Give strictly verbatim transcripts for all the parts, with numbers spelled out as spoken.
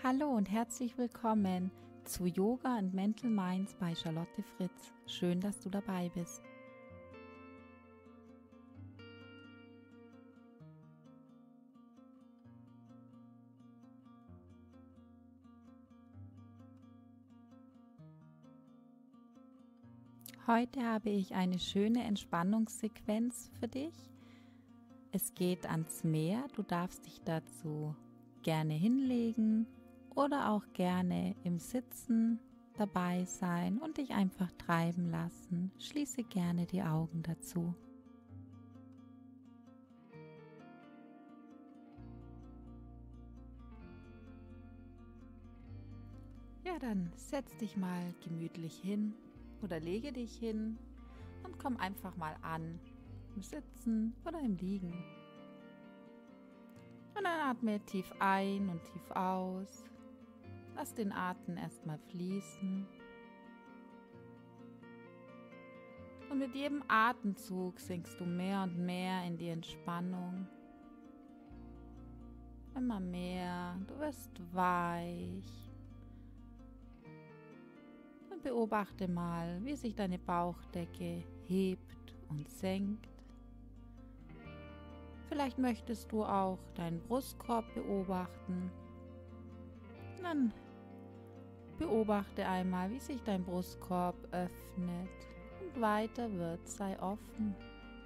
Hallo und herzlich willkommen zu Yoga and Mental Minds bei Charlotte Fritz. Schön, dass du dabei bist. Heute habe ich eine schöne Entspannungssequenz für dich. Es geht ans Meer. Du darfst dich dazu gerne hinlegen oder auch gerne im Sitzen dabei sein und dich einfach treiben lassen. Schließe gerne die Augen dazu. Ja, dann setz dich mal gemütlich hin oder lege dich hin und komm einfach mal an, im Sitzen oder im Liegen. Und dann atme tief ein und tief aus. Lass den Atem erstmal fließen. Und mit jedem Atemzug sinkst du mehr und mehr in die Entspannung. Immer mehr, du wirst weich. Und beobachte mal, wie sich deine Bauchdecke hebt und senkt. Vielleicht möchtest du auch deinen Brustkorb beobachten. Dann beobachte einmal, wie sich dein Brustkorb öffnet und weiter wird, sei offen.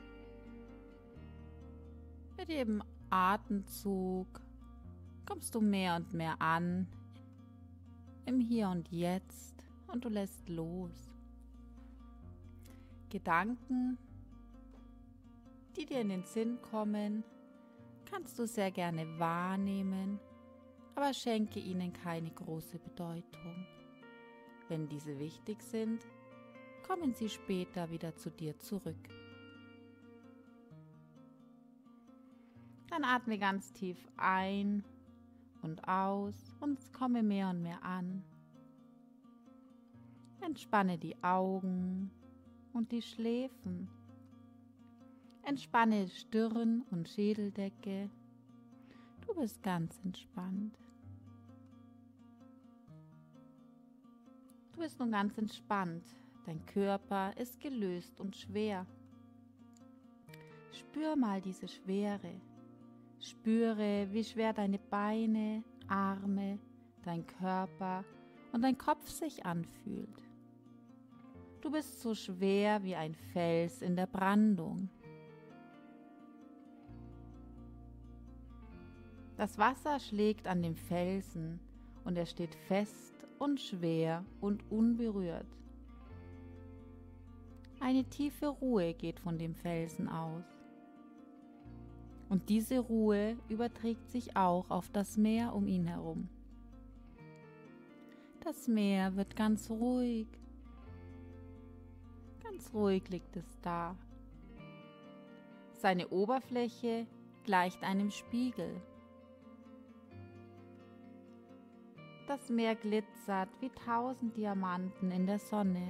Mit jedem Atemzug kommst du mehr und mehr an im Hier und Jetzt und du lässt los. Gedanken, die dir in den Sinn kommen, kannst du sehr gerne wahrnehmen, aber schenke ihnen keine große Bedeutung. Wenn diese wichtig sind, kommen sie später wieder zu dir zurück. Dann atme ganz tief ein und aus und komme mehr und mehr an. Entspanne die Augen und die Schläfen. Entspanne Stirn und Schädeldecke. Du bist ganz entspannt. Du bist nun ganz entspannt. Dein Körper ist gelöst und schwer. Spür mal diese Schwere. Spüre, wie schwer deine Beine, Arme, dein Körper und dein Kopf sich anfühlt. Du bist so schwer wie ein Fels in der Brandung. Das Wasser schlägt an dem Felsen und er steht fest und schwer und unberührt. Eine tiefe Ruhe geht von dem Felsen aus. Und diese Ruhe überträgt sich auch auf das Meer um ihn herum. Das Meer wird ganz ruhig. Ganz ruhig liegt es da. Seine Oberfläche gleicht einem Spiegel. Das Meer glitzert wie tausend Diamanten in der Sonne.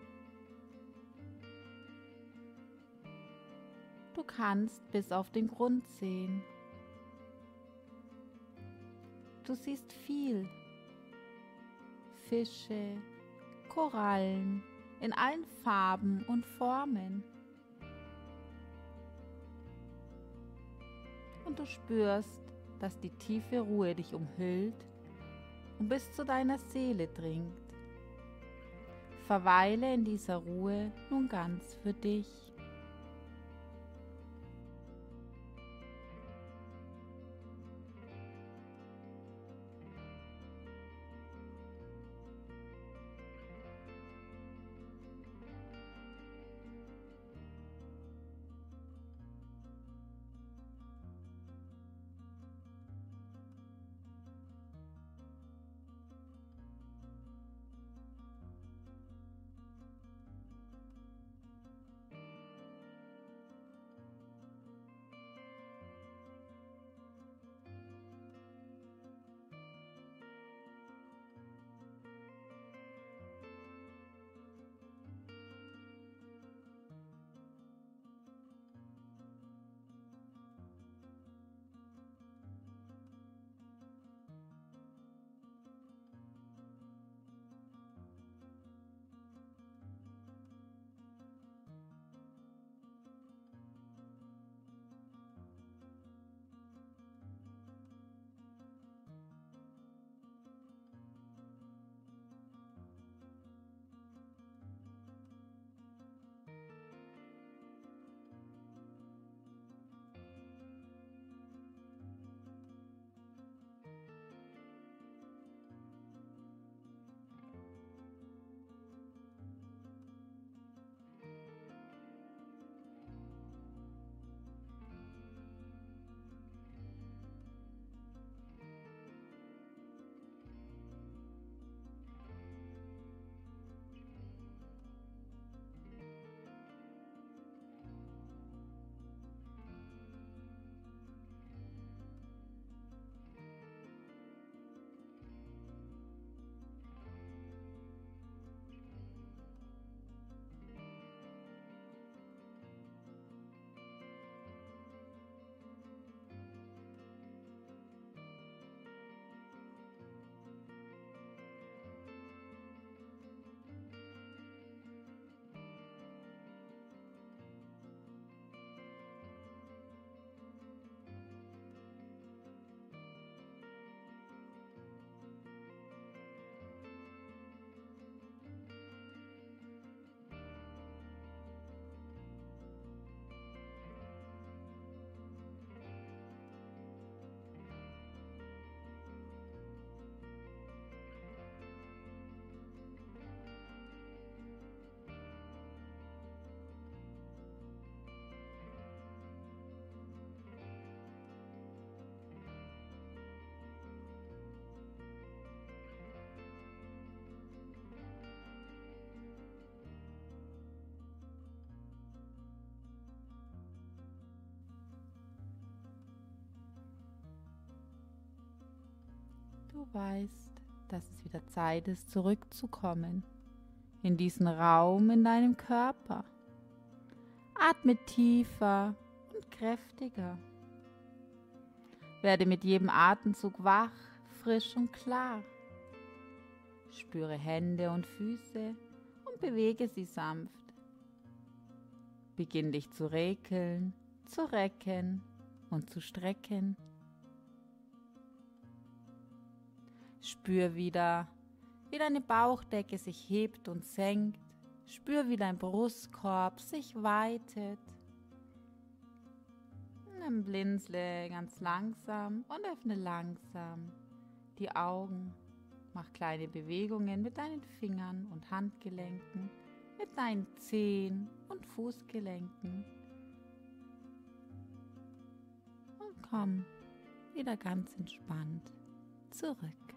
Du kannst bis auf den Grund sehen. Du siehst viel. Fische, Korallen in allen Farben und Formen. Und du spürst, dass die tiefe Ruhe dich umhüllt und bis zu deiner Seele dringt. Verweile in dieser Ruhe nun ganz für dich. weißt, dass es wieder Zeit ist, zurückzukommen in diesen Raum in deinem Körper. Atme tiefer und kräftiger. Werde mit jedem Atemzug wach, frisch und klar. Spüre Hände und Füße und bewege sie sanft. Beginn dich zu rekeln, zu recken und zu strecken. Spür wieder, wie deine Bauchdecke sich hebt und senkt. Spür, wie dein Brustkorb sich weitet. Dann blinzle ganz langsam und öffne langsam die Augen. Mach kleine Bewegungen mit deinen Fingern und Handgelenken, mit deinen Zehen und Fußgelenken. Und komm wieder ganz entspannt zurück.